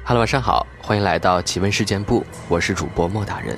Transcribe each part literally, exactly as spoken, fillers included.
Hello， 晚上好，欢迎来到奇闻事件部，我是主播莫大人。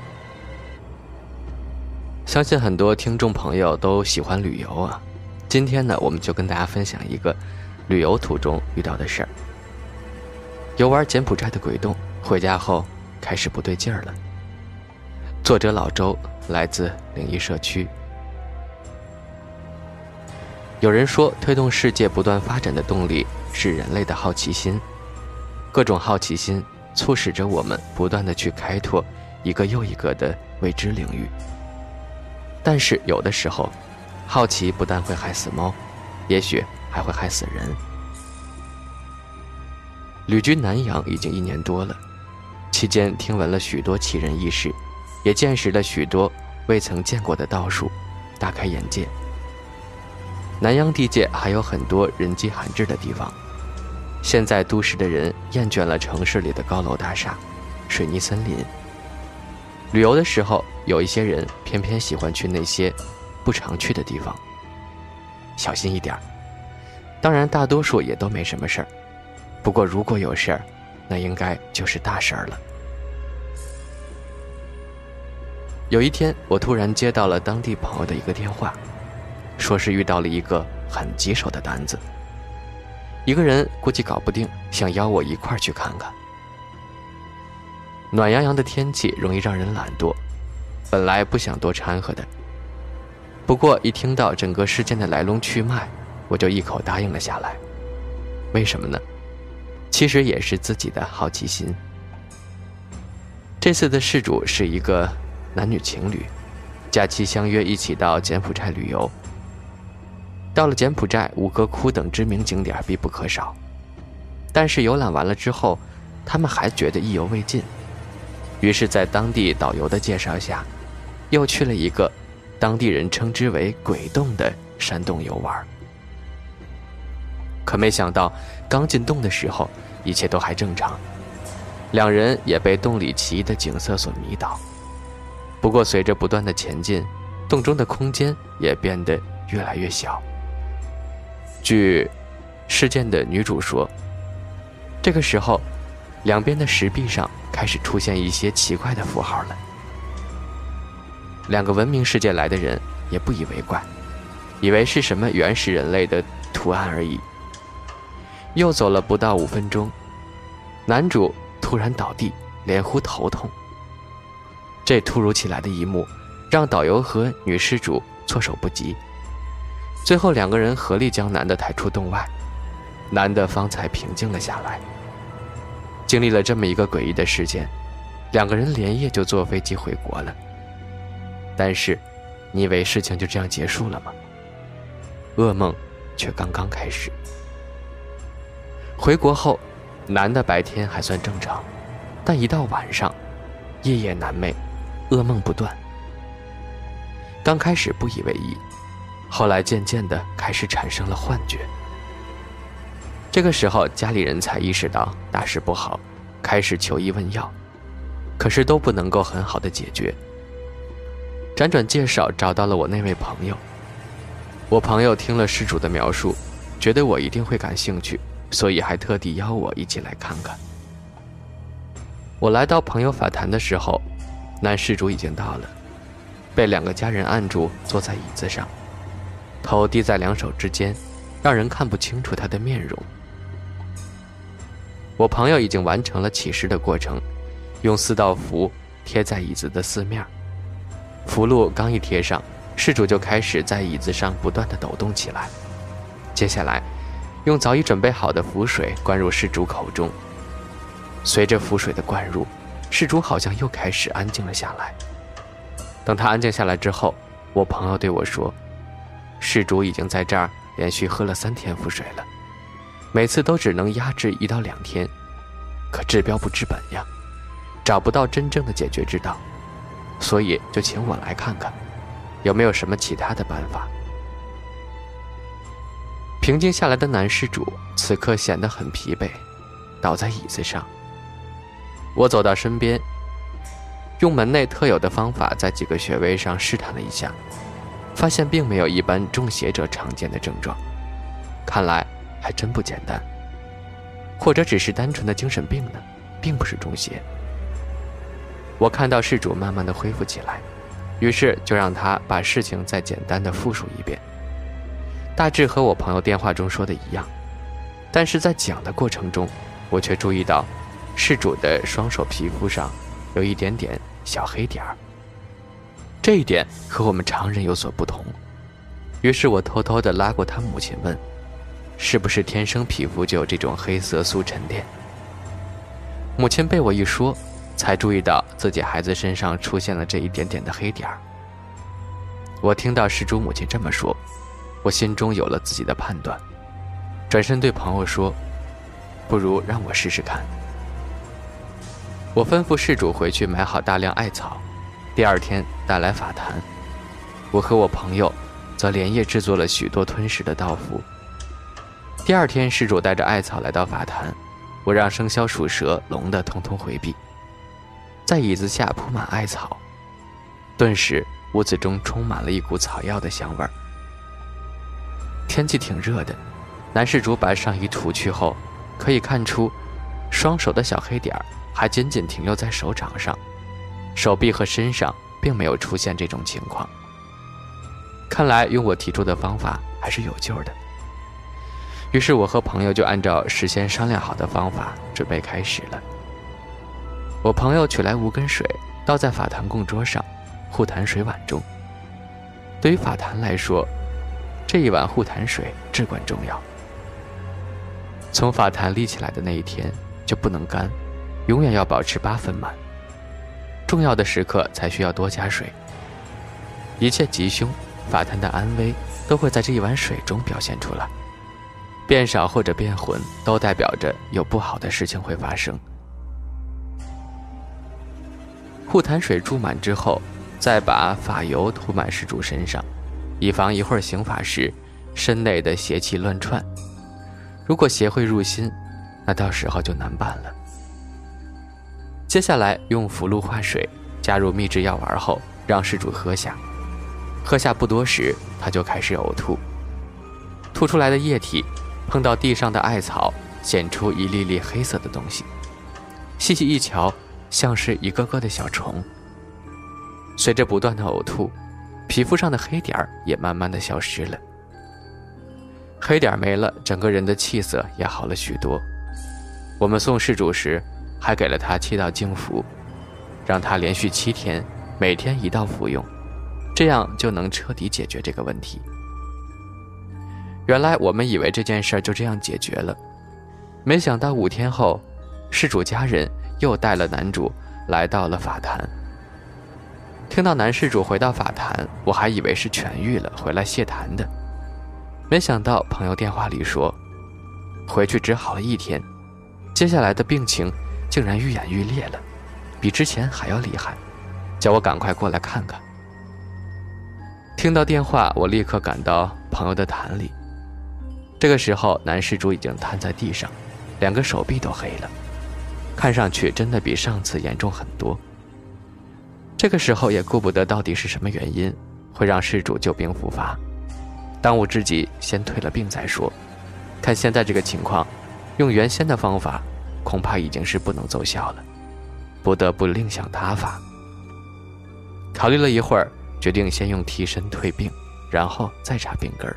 相信很多听众朋友都喜欢旅游啊，今天呢，我们就跟大家分享一个旅游途中遇到的事儿。游玩柬埔寨的鬼洞，回家后开始不对劲儿了。作者老周，来自灵异社区。有人说，推动世界不断发展的动力是人类的好奇心。各种好奇心促使着我们不断地去开拓一个又一个的未知领域。但是有的时候，好奇不但会害死猫，也许还会害死人。旅居南洋已经一年多了，期间听闻了许多奇人异事，也见识了许多未曾见过的道术，大开眼界。南洋地界还有很多人迹罕至的地方。现在都市的人厌倦了城市里的高楼大厦、水泥森林。旅游的时候，有一些人偏偏喜欢去那些不常去的地方。小心一点，当然大多数也都没什么事儿。不过如果有事儿，那应该就是大事儿了。有一天，我突然接到了当地朋友的一个电话，说是遇到了一个很棘手的单子。一个人估计搞不定，想邀我一块儿去看看。暖洋洋的天气容易让人懒惰，本来不想多掺和的，不过一听到整个事件的来龙去脉，我就一口答应了下来。为什么呢？其实也是自己的好奇心。这次的事主是一个男女情侣，假期相约一起到柬埔寨旅游。到了柬埔寨，吴哥窟等知名景点必不可少，但是游览完了之后，他们还觉得意犹未尽，于是在当地导游的介绍下，又去了一个当地人称之为鬼洞的山洞游玩。可没想到，刚进洞的时候，一切都还正常，两人也被洞里奇异的景色所迷倒。不过随着不断的前进，洞中的空间也变得越来越小。据事件的女主说，这个时候两边的石壁上开始出现一些奇怪的符号了。两个文明世界来的人也不以为怪，以为是什么原始人类的图案而已。又走了不到五分钟，男主突然倒地，连呼头痛。这突如其来的一幕让导游和女施主措手不及，最后两个人合力将男的抬出洞外，男的方才平静了下来。经历了这么一个诡异的事件，两个人连夜就坐飞机回国了。但是你以为事情就这样结束了吗？噩梦却刚刚开始。回国后，男的白天还算正常，但一到晚上，夜夜难寐，噩梦不断。刚开始不以为意，后来渐渐地开始产生了幻觉。这个时候家里人才意识到大事不好，开始求医问药，可是都不能够很好的解决。辗转介绍找到了我那位朋友，我朋友听了施主的描述，觉得我一定会感兴趣，所以还特地邀我一起来看看。我来到朋友法坛的时候，男施主已经到了，被两个家人按住坐在椅子上，头低在两手之间，让人看不清楚他的面容。我朋友已经完成了起尸的过程，用四道符贴在椅子的四面，符箓刚一贴上，施主就开始在椅子上不断地抖动起来。接下来用早已准备好的符水灌入施主口中，随着符水的灌入，施主好像又开始安静了下来。等他安静下来之后，我朋友对我说，施主已经在这儿连续喝了三天符水了，每次都只能压制一到两天，可治标不治本呀，找不到真正的解决之道，所以就请我来看看，有没有什么其他的办法。平静下来的男施主此刻显得很疲惫，倒在椅子上。我走到身边，用门内特有的方法在几个穴位上试探了一下，发现并没有一般中邪者常见的症状，看来还真不简单。 或者只是单纯的精神病呢？并不是中邪。我看到事主慢慢的恢复起来，于是就让他把事情再简单的复述一遍，大致和我朋友电话中说的一样。但是在讲的过程中，我却注意到事主的双手皮肤上有一点点小黑点儿，这一点和我们常人有所不同。于是我偷偷地拉过他母亲问，是不是天生皮肤就有这种黑色素沉淀？母亲被我一说，才注意到自己孩子身上出现了这一点点的黑点儿。我听到事主母亲这么说，我心中有了自己的判断，转身对朋友说，不如让我试试看。我吩咐事主回去买好大量艾草，第二天带来法坛。我和我朋友则连夜制作了许多吞噬的道符。第二天，事主带着艾草来到法坛，我让生肖属蛇、龙的通通回避，在椅子下铺满艾草，顿时屋子中充满了一股草药的香味儿。天气挺热的，男事主把上衣涂去后，可以看出双手的小黑点还仅仅停留在手掌上，手臂和身上并没有出现这种情况。看来用我提出的方法还是有救的。于是我和朋友就按照事先商量好的方法准备开始了。我朋友取来无根水，倒在法坛供桌上护坛水碗中。对于法坛来说，这一碗护坛水至关重要。从法坛立起来的那一天就不能干，永远要保持八分满。重要的时刻才需要多加水。一切吉凶、法坛的安危都会在这一碗水中表现出来。变少或者变浑，都代表着有不好的事情会发生。护坛水注满之后，再把法油涂满事主身上，以防一会儿行法时身内的邪气乱窜。如果邪会入心，那到时候就难办了。接下来用符箓化水，加入秘制药丸后，让事主喝下。喝下不多时，他就开始呕吐，吐出来的液体碰到地上的艾草，显出一粒粒黑色的东西，细细一瞧，像是一个个的小虫。随着不断的呕吐，皮肤上的黑点也慢慢的消失了。黑点没了，整个人的气色也好了许多。我们送事主时，还给了他七道净符，让他连续七天，每天一道服用，这样就能彻底解决这个问题。原来我们以为这件事就这样解决了，没想到五天后，事主家人又带了男主来到了法坛。听到男事主回到法坛，我还以为是痊愈了，回来谢坛的。没想到朋友电话里说，回去只好了一天，接下来的病情竟然愈演愈烈了，比之前还要厉害，叫我赶快过来看看。听到电话，我立刻赶到朋友的坛里。这个时候，男事主已经瘫在地上，两个手臂都黑了，看上去真的比上次严重很多。这个时候也顾不得到底是什么原因会让事主旧病复发，当务之急先退了病再说。看现在这个情况，用原先的方法恐怕已经是不能奏效了，不得不另想他法。考虑了一会儿，决定先用替身退病，然后再查病根儿。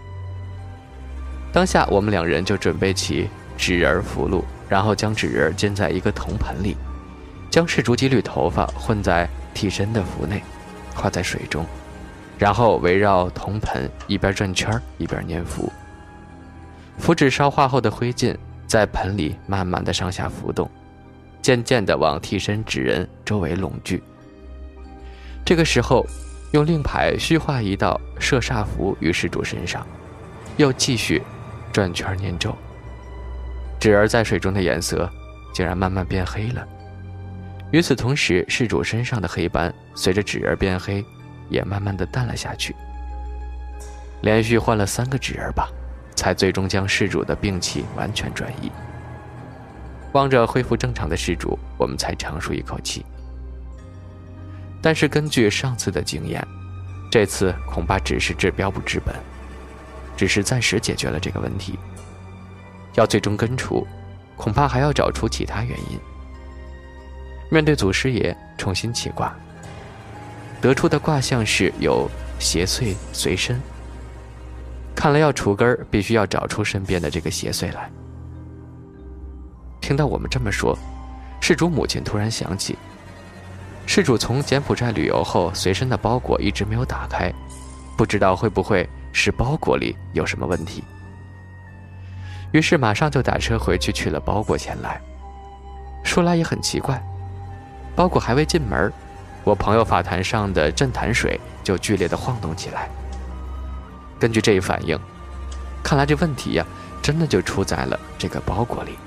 当下我们两人就准备起纸人符箓，然后将纸人浸在一个铜盆里，将事主几缕头发混在替身的符内，画在水中，然后围绕铜盆一边转圈一边念符。符纸烧化后的灰烬在盆里慢慢的上下浮动，渐渐地往替身纸人周围拢聚。这个时候用令牌虚化一道摄煞符于事主身上，又继续转圈念咒。纸人在水中的颜色竟然慢慢变黑了，与此同时，事主身上的黑斑随着纸人变黑也慢慢的淡了下去。连续换了三个纸人吧，才最终将事主的病气完全转移。望着恢复正常的事主，我们才长舒一口气。但是根据上次的经验，这次恐怕只是治标不治本，只是暂时解决了这个问题。要最终根除， 恐怕还要找出其他原因。面对祖师爷重新起卦，得出的卦象是有邪祟随身，看来要除根儿，必须要找出身边的这个邪祟来。听到我们这么说，事主母亲突然想起，事主从柬埔寨旅游后随身的包裹一直没有打开，不知道会不会是包裹里有什么问题。于是马上就打车回去取了包裹前来。说来也很奇怪，包裹还未进门，我朋友法坛上的镇坛水就剧烈的晃动起来。根据这一反应，看来这问题呀，真的就出在了这个包裹里。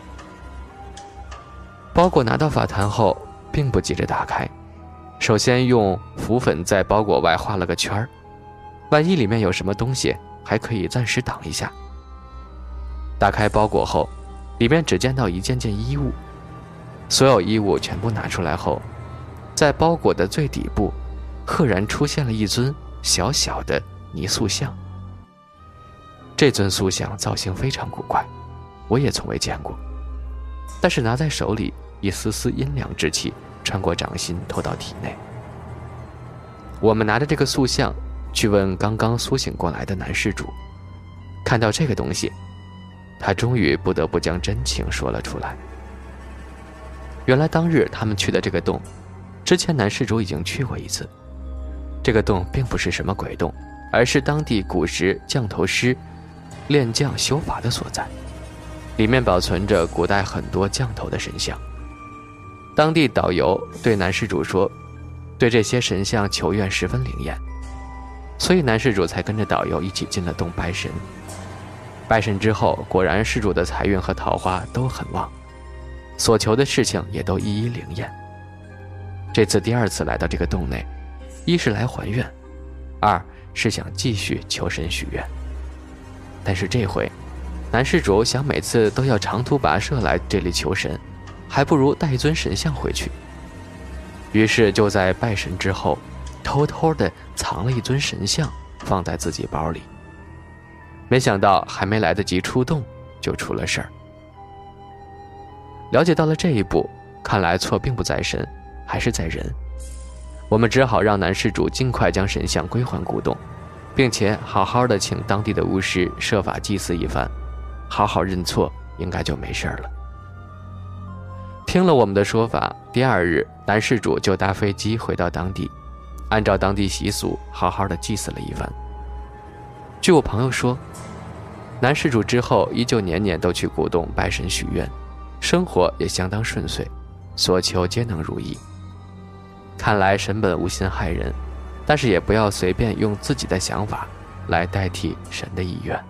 包裹拿到法坛后，并不急着打开，首先用符粉在包裹外画了个圈儿，万一里面有什么东西，还可以暂时挡一下。打开包裹后，里面只见到一件件衣物，所有衣物全部拿出来后，在包裹的最底部，赫然出现了一尊小小的泥塑像。这尊塑像造型非常古怪，我也从未见过，但是拿在手里，一丝丝阴凉之气穿过掌心透到体内。我们拿着这个塑像去问刚刚苏醒过来的男施主，看到这个东西，他终于不得不将真情说了出来。原来当日他们去的这个洞，之前男施主已经去过一次。这个洞并不是什么鬼洞，而是当地古时降头师练将修法的所在，里面保存着古代很多降头的神像。当地导游对男施主说，对这些神像求愿十分灵验，所以男施主才跟着导游一起进了洞拜神。拜神之后，果然施主的财运和桃花都很旺，所求的事情也都一一灵验。这次第二次来到这个洞内，一是来还愿，二是想继续求神许愿。但是这回男施主想每次都要长途跋涉来这里求神，还不如带一尊神像回去。于是就在拜神之后，偷偷地藏了一尊神像放在自己包里。没想到还没来得及出洞，就出了事儿。了解到了这一步，看来错并不在神，还是在人。我们只好让男施主尽快将神像归还古洞，并且好好的请当地的巫师设法祭祀一番，好好认错，应该就没事了。听了我们的说法，第二日男施主就搭飞机回到当地，按照当地习俗好好的祭祀了一番。据我朋友说，男施主之后依旧年年都去古洞拜神许愿，生活也相当顺遂，所求皆能如意。看来神本无心害人，但是也不要随便用自己的想法来代替神的意愿。